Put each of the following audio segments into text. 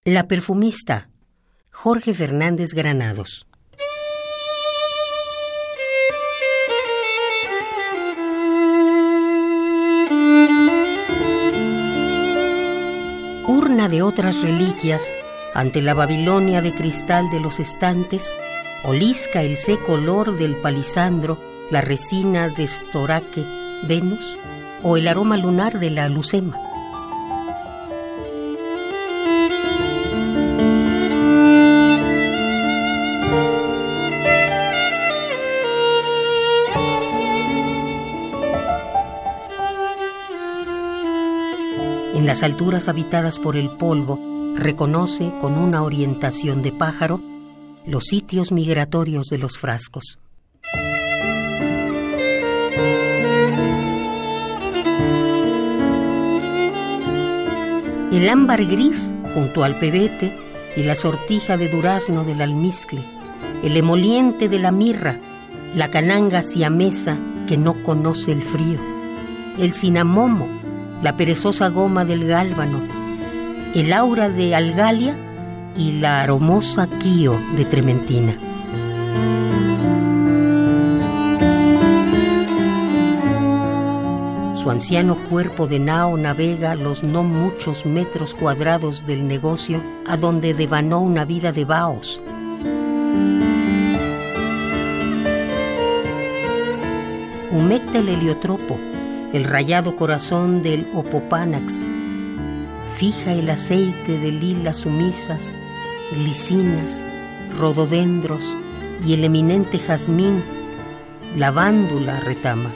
La perfumista, Jorge Fernández Granados. Urna de otras reliquias, ante la Babilonia de cristal de los estantes, olisca el seco olor del palisandro, la resina de estoraque, Venus, o el aroma lunar de la lucema. En las alturas habitadas por el polvo, reconoce con una orientación de pájaro los sitios migratorios de los frascos. El ámbar gris junto al pebete y la sortija de durazno del almizcle, el emoliente de la mirra, la cananga siamesa que no conoce el frío, el cinamomo, la perezosa goma del gálbano, el aura de algalia y la aromosa quío de trementina. Su anciano cuerpo de nao navega los no muchos metros cuadrados del negocio a donde devanó una vida de vaos. Humecta el heliotropo, el rayado corazón del opopánax, fija el aceite de lilas sumisas, glicinas, rododendros y el eminente jazmín, lavándula retama,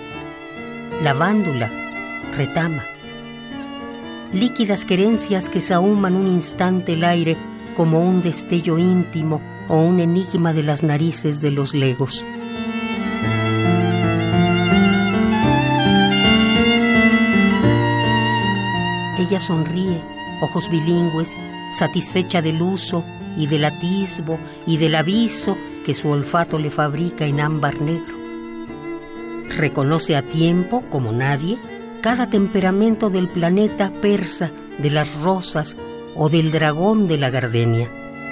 líquidas querencias que sahuman un instante el aire como un destello íntimo o un enigma de las narices de los legos. Ella sonríe, ojos bilingües, satisfecha del uso y del atisbo y del aviso que su olfato le fabrica en ámbar negro. Reconoce a tiempo, como nadie, cada temperamento del planeta persa, de las rosas o del dragón de la gardenia.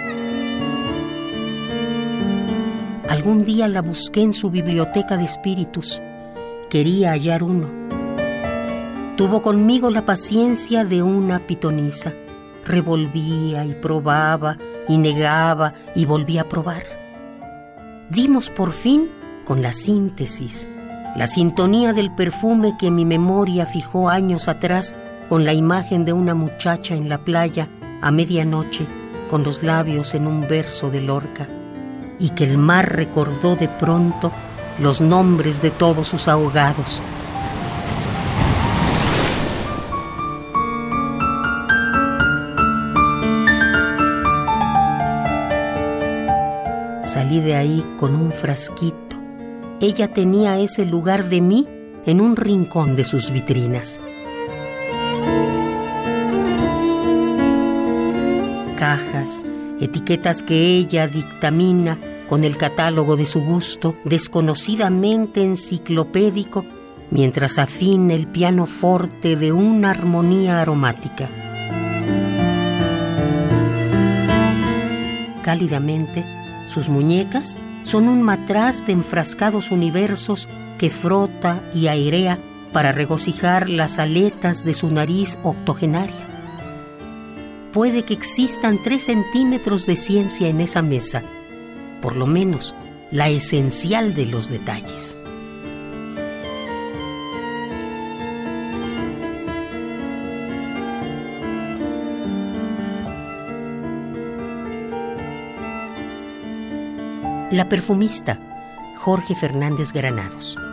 Algún día la busqué en su biblioteca de espíritus. Quería hallar uno. Tuvo conmigo la paciencia de una pitonisa. Revolvía y probaba y negaba y volvía a probar. Dimos por fin con la síntesis, la sintonía del perfume que mi memoria fijó años atrás con la imagen de una muchacha en la playa a medianoche con los labios en un verso de Lorca, y que el mar recordó de pronto los nombres de todos sus ahogados. Salí de ahí con un frasquito. Ella tenía ese lugar de mí en un rincón de sus vitrinas. Cajas, etiquetas que ella dictamina con el catálogo de su gusto, desconocidamente enciclopédico, mientras afina el pianoforte de una armonía aromática. Cálidamente, sus muñecas son un matraz de enfrascados universos que frota y airea para regocijar las aletas de su nariz octogenaria. Puede que existan 3 centímetros de ciencia en esa mesa, por lo menos la esencial de los detalles. La perfumista, Jorge Fernández Granados.